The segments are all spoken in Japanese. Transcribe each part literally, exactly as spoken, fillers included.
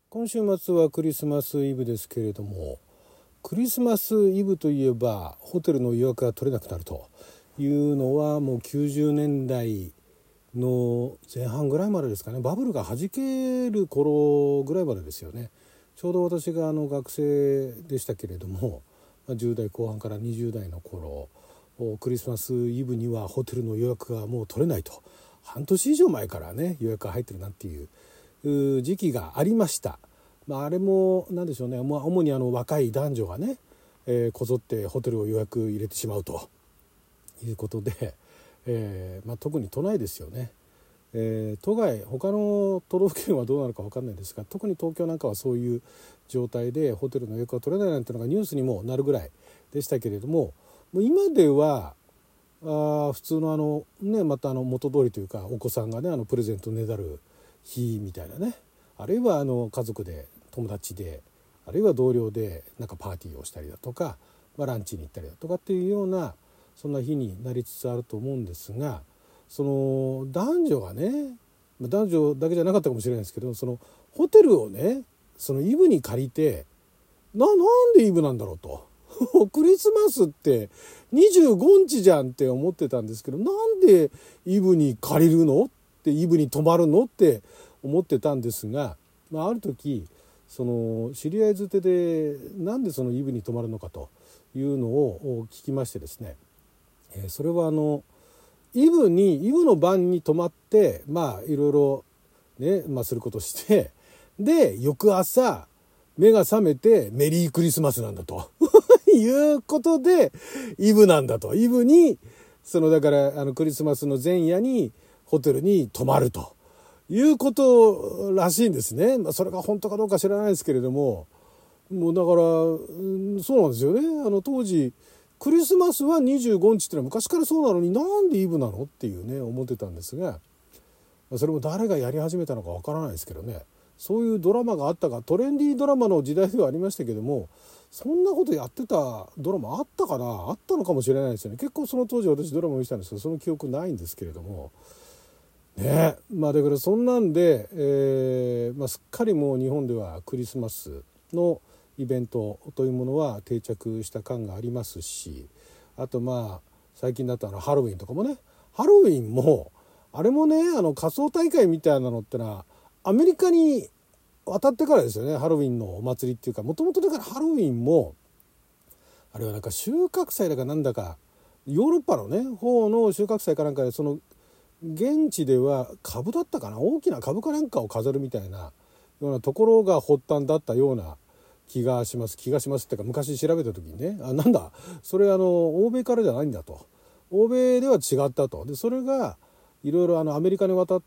今週末はクリスマスイブですけれども、クリスマスイブといえばホテルの予約が取れなくなるというのはもうきゅうじゅうねんだいの前半ぐらいまでですかね。バブルが弾ける頃ぐらいまでですよね。ちょうど私があの学生でしたけれども、じゅう代後半からにじゅう代の頃、クリスマスイブにはホテルの予約がもう取れないと、半年以上前からね予約が入ってるなっていう時期がありました。まあ、あれも何でしょうね、まあ、主にあの若い男女がね、えー、こぞってホテルを予約入れてしまうということで、えーまあ、特に都内ですよね。えー、都外他の都道府県はどうなるか分かんないんですが、特に東京なんかはそういう状態でホテルの予約が取れないなんていうのがニュースにもなるぐらいでしたけれども、もう今ではあ普通のあのねまたあの元通りというか、お子さんがねあのプレゼントねだる日みたいなね、あるいはあの家族で友達で、あるいは同僚でなんかパーティーをしたりだとか、まあ、ランチに行ったりだとかっていうようなそんな日になりつつあると思うんですが、その男女がね、男女だけじゃなかったかもしれないですけど、そのホテルをねそのイブに借りて な, なんでイブなんだろうとクリスマスってにじゅうごにちじゃんって思ってたんですけど、なんでイブに借りるのってイブに泊まるのって思ってたんですが、まあ、ある時その知り合いづてでなんでそのイブに泊まるのかというのを聞きましてですね、えー、それはあのイブにイブの晩に泊まってまあいろいろね、まあ、することしてで翌朝目が覚めてメリークリスマスなんだということでイブなんだと。イブにそのだからあのクリスマスの前夜にホテルに泊まるということらしいんですね。まあ、それが本当かどうか知らないですけれども、もうだからそうなんですよね。あの当時クリスマスはにじゅうごにちってのは昔からそうなのになんでイブなのっていうね思ってたんですが、それも誰がやり始めたのかわからないですけどね、そういうドラマがあったか、トレンディードラマの時代ではありましたけども、そんなことやってたドラマあったかな、あったのかもしれないですよね。結構その当時私ドラマを見てたんですけど、その記憶ないんですけれどもね。まあだからそんなんで、えーまあ、すっかりもう日本ではクリスマスのイベントというものは定着した感がありますし、あとまあ最近だとあのハロウィンとかもね、ハロウィンもあれもねあの仮装大会みたいなのってのはアメリカに渡ってからですよね。ハロウィンのお祭りっていうか、もともとだからハロウィンもあれはなんか収穫祭だかなんだかヨーロッパのね方の収穫祭かなんかで、その現地では株だったかな、大きな株かなんかを飾るみたいなようなところが発端だったような気がします気がしますっていうか、昔調べた時にね、あなんだそれあの欧米からじゃないんだと、欧米では違ったと。でそれがいろいろあのアメリカに渡って、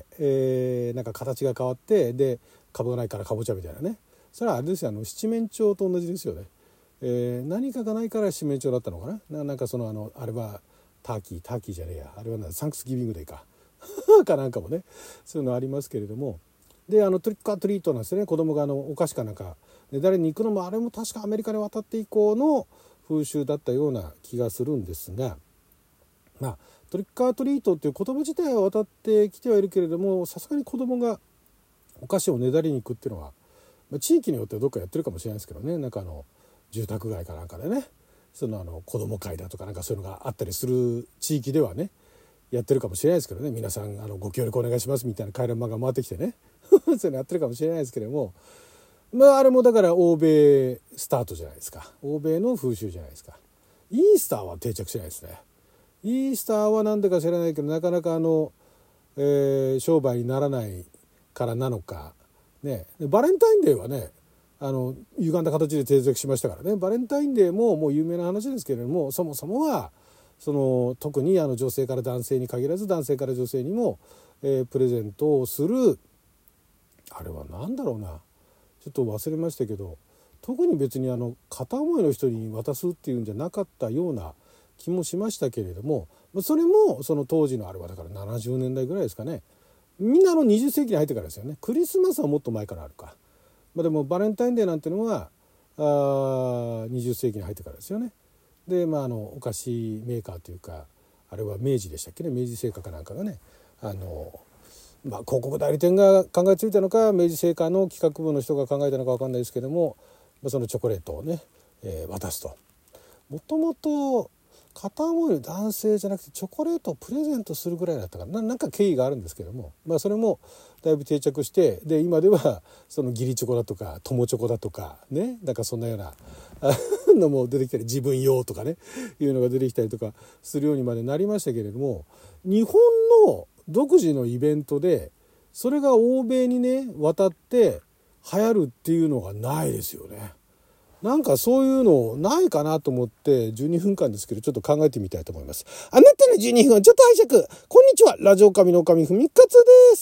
えー、なんか形が変わって、で株がないからかぼちゃみたいなね、それはあれですよ、あの七面鳥と同じですよね。えー、何かがないから七面鳥だったのかな。 な, なんかそのあのあれはターキーターキーじゃねえや、あれはなサンクスギビングデーかかなんかもね、そういうのありますけれども、であのトリックアトリートなんですね。子供があのお菓子かなんかね誰に行くのも、あれも確かアメリカに渡って以降の風習だったような気がするんですが、まあトリックアトリートっていう言葉自体は渡ってきてはいるけれども、さすがに子供がお菓子をねだりに行くっていうのは、まあ、地域によってはどっかやってるかもしれないですけどね、なんかあの住宅街かなんかでね、そのあの子供会だとかなんかそういうのがあったりする地域ではねやってるかもしれないですけどね、皆さんあのご協力お願いしますみたいな回覧板が回ってきてねそういうのやってるかもしれないですけれども、まああれもだから欧米スタートじゃないですか。欧米の風習じゃないですか。イースターは定着しないですね。イースターはなんでか知らないけど、なかなかあの、えー、商売にならないからなのかね。バレンタインデーはねあの歪んだ形で定着しましたからね。バレンタインデーももう有名な話ですけれども、そもそもはその特にあの女性から男性に限らず男性から女性にも、えー、プレゼントをする、あれは何だろうな、ちょっと忘れましたけど、特に別にあの片思いの人に渡すっていうんじゃなかったような気もしましたけれども、それもその当時のあれはだからななじゅうねんだいぐらいですかね。みんなのにじゅっせいきに入ってからですよね。クリスマスはもっと前からあるか、まあ、でもバレンタインデーなんてのはあにじゅっせいきに入ってからですよね。でまああのお菓子メーカーというか、あれは明治でしたっけね、明治製菓かなんかがねあのまあ、広告代理店が考えついたのか明治製菓の企画部の人が考えたのか分かんないですけども、まあ、そのチョコレートをね、えー、渡すと。もともと片思いの男性じゃなくてチョコレートをプレゼントするぐらいだったかな、なんか経緯があるんですけども、まあ、それもだいぶ定着して、で今ではその義理チョコだとか友チョコだとかね、なんかそんなようなのも出てきたり、自分用とかねいうのが出てきたりとかするようにまでなりましたけれども、日本の独自のイベントでそれが欧米にね渡って流行るっていうのがないですよね。なんかそういうのないかなと思ってじゅうにふんかんですけどちょっと考えてみたいと思います。あなたのじゅうにふんはちょっと拝借。こんにちは、ラジオ神の神ふみかつです。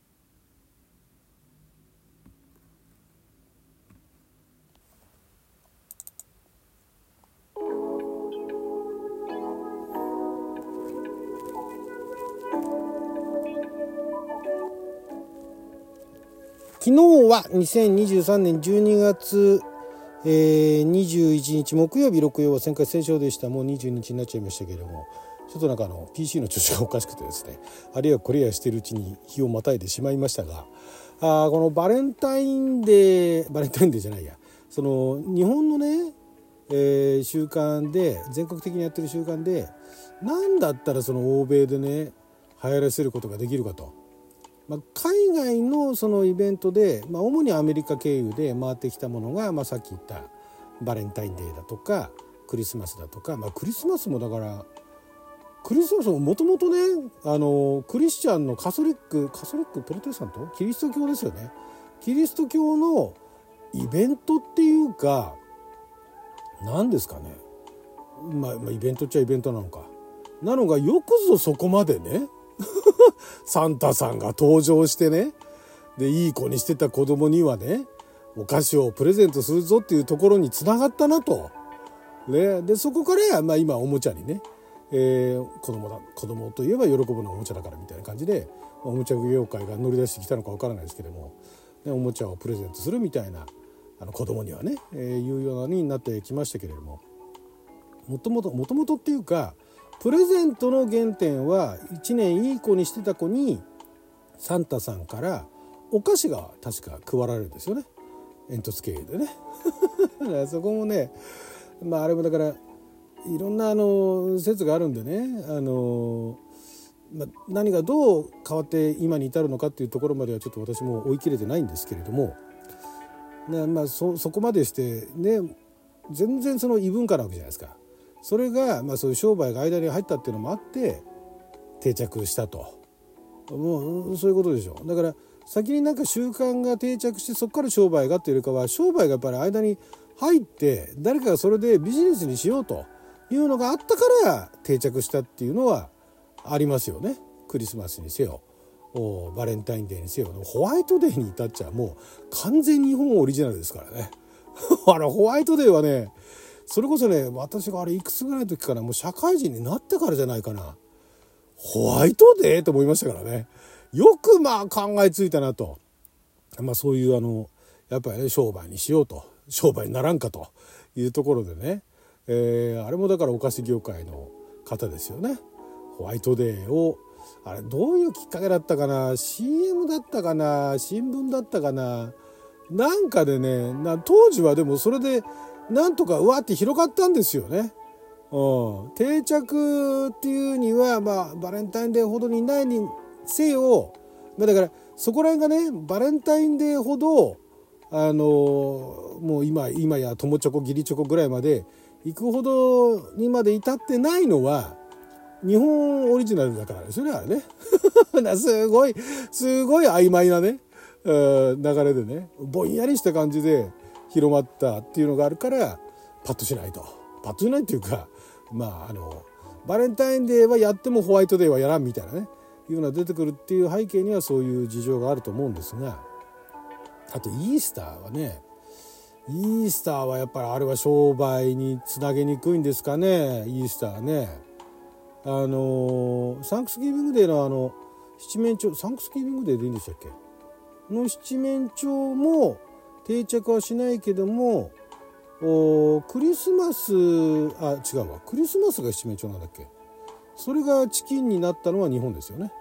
昨日はにせんにじゅうさんねんじゅうにがつえー、にじゅういちにち木曜日、録曜は旋回戦勝でした。もうにじゅうににちになっちゃいましたけれども、ちょっとなんかあの ピーシー の調子がおかしくてですね、あるいはこれやしているうちに日をまたいでしまいましたが、あこのバレンタインデーバレンタインデーじゃないやその日本のね、えー、習慣で全国的にやってる習慣で、なんだったらその欧米でね流行らせることができるかと。まあ、海外のそのイベントで、まあ、主にアメリカ経由で回ってきたものが、まあ、さっき言ったバレンタインデーだとかクリスマスだとか、まあ、クリスマスもだからクリスマスももともとねあのクリスチャンのカソリックカソリックプロテスタントキリスト教ですよね。キリスト教のイベントっていうか何ですかね、まあ、まあイベントっちゃイベントなのかなのがよくぞそこまでねサンタさんが登場してね、でいい子にしてた子供にはねお菓子をプレゼントするぞっていうところにつながったなと、ね、でそこから、まあ、今おもちゃにね、えー、子供だ子供といえば喜ぶのはおもちゃだからみたいな感じでおもちゃ業界が乗り出してきたのかわからないですけども、ね、おもちゃをプレゼントするみたいなあの子供にはね、えー、いうようなになってきましたけれども、もともともともとっていうかプレゼントの原点はいちねんいい子にしてた子にサンタさんからお菓子が確か配られるんですよね、煙突経由でねだからそこもね、まああれもだからいろんなあの説があるんでね、あの、まあ、何がどう変わって今に至るのかっていうところまではちょっと私も追い切れてないんですけれども、ね、まあ そ, そこまでしてね全然その異文化なわけじゃないですか。それが、まあ、そういう商売が間に入ったっていうのもあって定着したと、もうそういうことでしょ。だから先になんか習慣が定着してそこから商売がっていうよりかは商売がやっぱり間に入って誰かがそれでビジネスにしようというのがあったから定着したっていうのはありますよね。クリスマスにせよバレンタインデーにせよホワイトデーに至っちゃもう完全日本オリジナルですからねあのホワイトデーはねそれこそね私があれいくつぐらいの時かな、もう社会人になってからじゃないかな、ホワイトデーと思いましたからね。よくまあ考えついたなと、まあそういうあのやっぱりね商売にしようと商売にならんかというところでね、えー、あれもだからお菓子業界の方ですよね。ホワイトデーをあれどういうきっかけだったかな、 シーエム だったかな新聞だったかな、なんかでねな当時はでもそれでなんとかうわって広がったんですよね。うん、定着っていうには、まあ、バレンタインデーほどにないにせよ、まあ、だからそこら辺がねバレンタインデーほどあのもう今今や友チョコ義理チョコぐらいまで行くほどにまで至ってないのは日本オリジナルだからですよね、あれねすごいすごい曖昧なね流れでねぼんやりした感じで広まったっていうのがあるからパッとしないとパッとしないっていうか、まああのバレンタインデーはやってもホワイトデーはやらんみたいなねいうのが出てくるっていう背景にはそういう事情があると思うんですが、あとイースターはねイースターはやっぱりあれは商売につなげにくいんですかね。イースターねあのサンクスギビングデーのあの七面鳥サンクスギビングデーでいいんでしたっけの七面鳥も定着はしないけどもおクリスマスあ違うわクリスマスが七面鳥なんだっけ、それがチキンになったのは日本ですよね。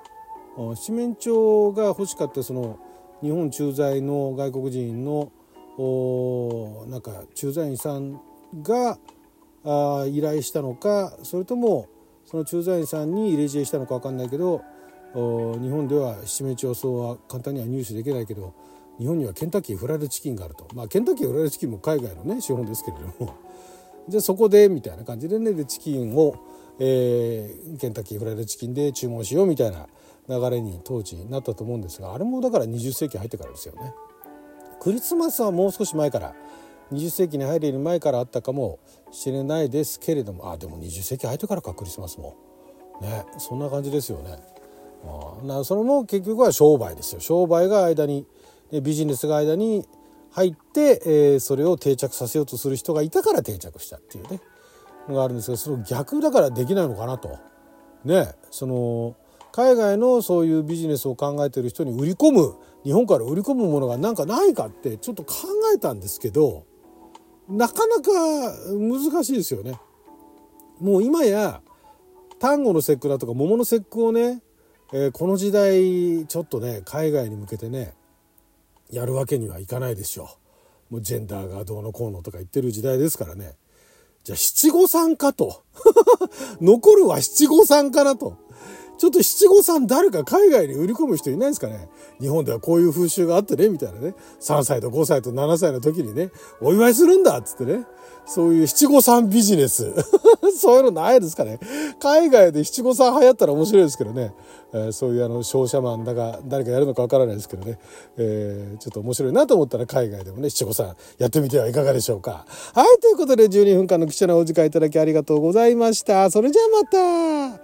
七面鳥が欲しかったその日本駐在の外国人のなんか駐在員さんがあ依頼したのか、それともその駐在員さんに入れ知恵したのか分かんないけど、日本では七面鳥草は簡単には入手できないけど日本にはケンタッキーフライドチキンがあると。まあケンタッキーフライドチキンも海外のね資本ですけれども、じゃあそこでみたいな感じでね、でチキンを、えー、ケンタッキーフライドチキンで注文しようみたいな流れに当時なったと思うんですが、あれもだからにじゅっせいき入ってからですよね。クリスマスはもう少し前から、にじゅっせいきに入る前からあったかもしれないですけれども、あでもにじゅっせいき入ってからか、クリスマスもね、そんな感じですよね。あなそれも結局は商売ですよ。商売が間に、ビジネスが間に入って、えー、それを定着させようとする人がいたから定着したっていうねのがあるんですが、その逆だからできないのかなとね。その海外のそういうビジネスを考えている人に売り込む、日本から売り込むものがなんかないかってちょっと考えたんですけど、なかなか難しいですよね。もう今や端午の節句だとか桃の節句をね、えー、この時代ちょっとね海外に向けてねやるわけにはいかないでしょう。もうジェンダーがどうのこうのとか言ってる時代ですからね。じゃあ七五三かと残るは七五三かなと。ちょっと七五三誰か海外に売り込む人いないですかね。日本ではこういう風習があってねみたいなね、さんさいとごさいとななさいの時にねお祝いするんだっつってね、そういう七五三ビジネスそういうのないですかね。海外で七五三流行ったら面白いですけどね、えー、そういうあの商社マンだが誰かやるのかわからないですけどね、えー、ちょっと面白いなと思ったら海外でもね七五三やってみてはいかがでしょうか。はい、ということでじゅうにふんかんの貴重なお時間いただきありがとうございました。それじゃあまた。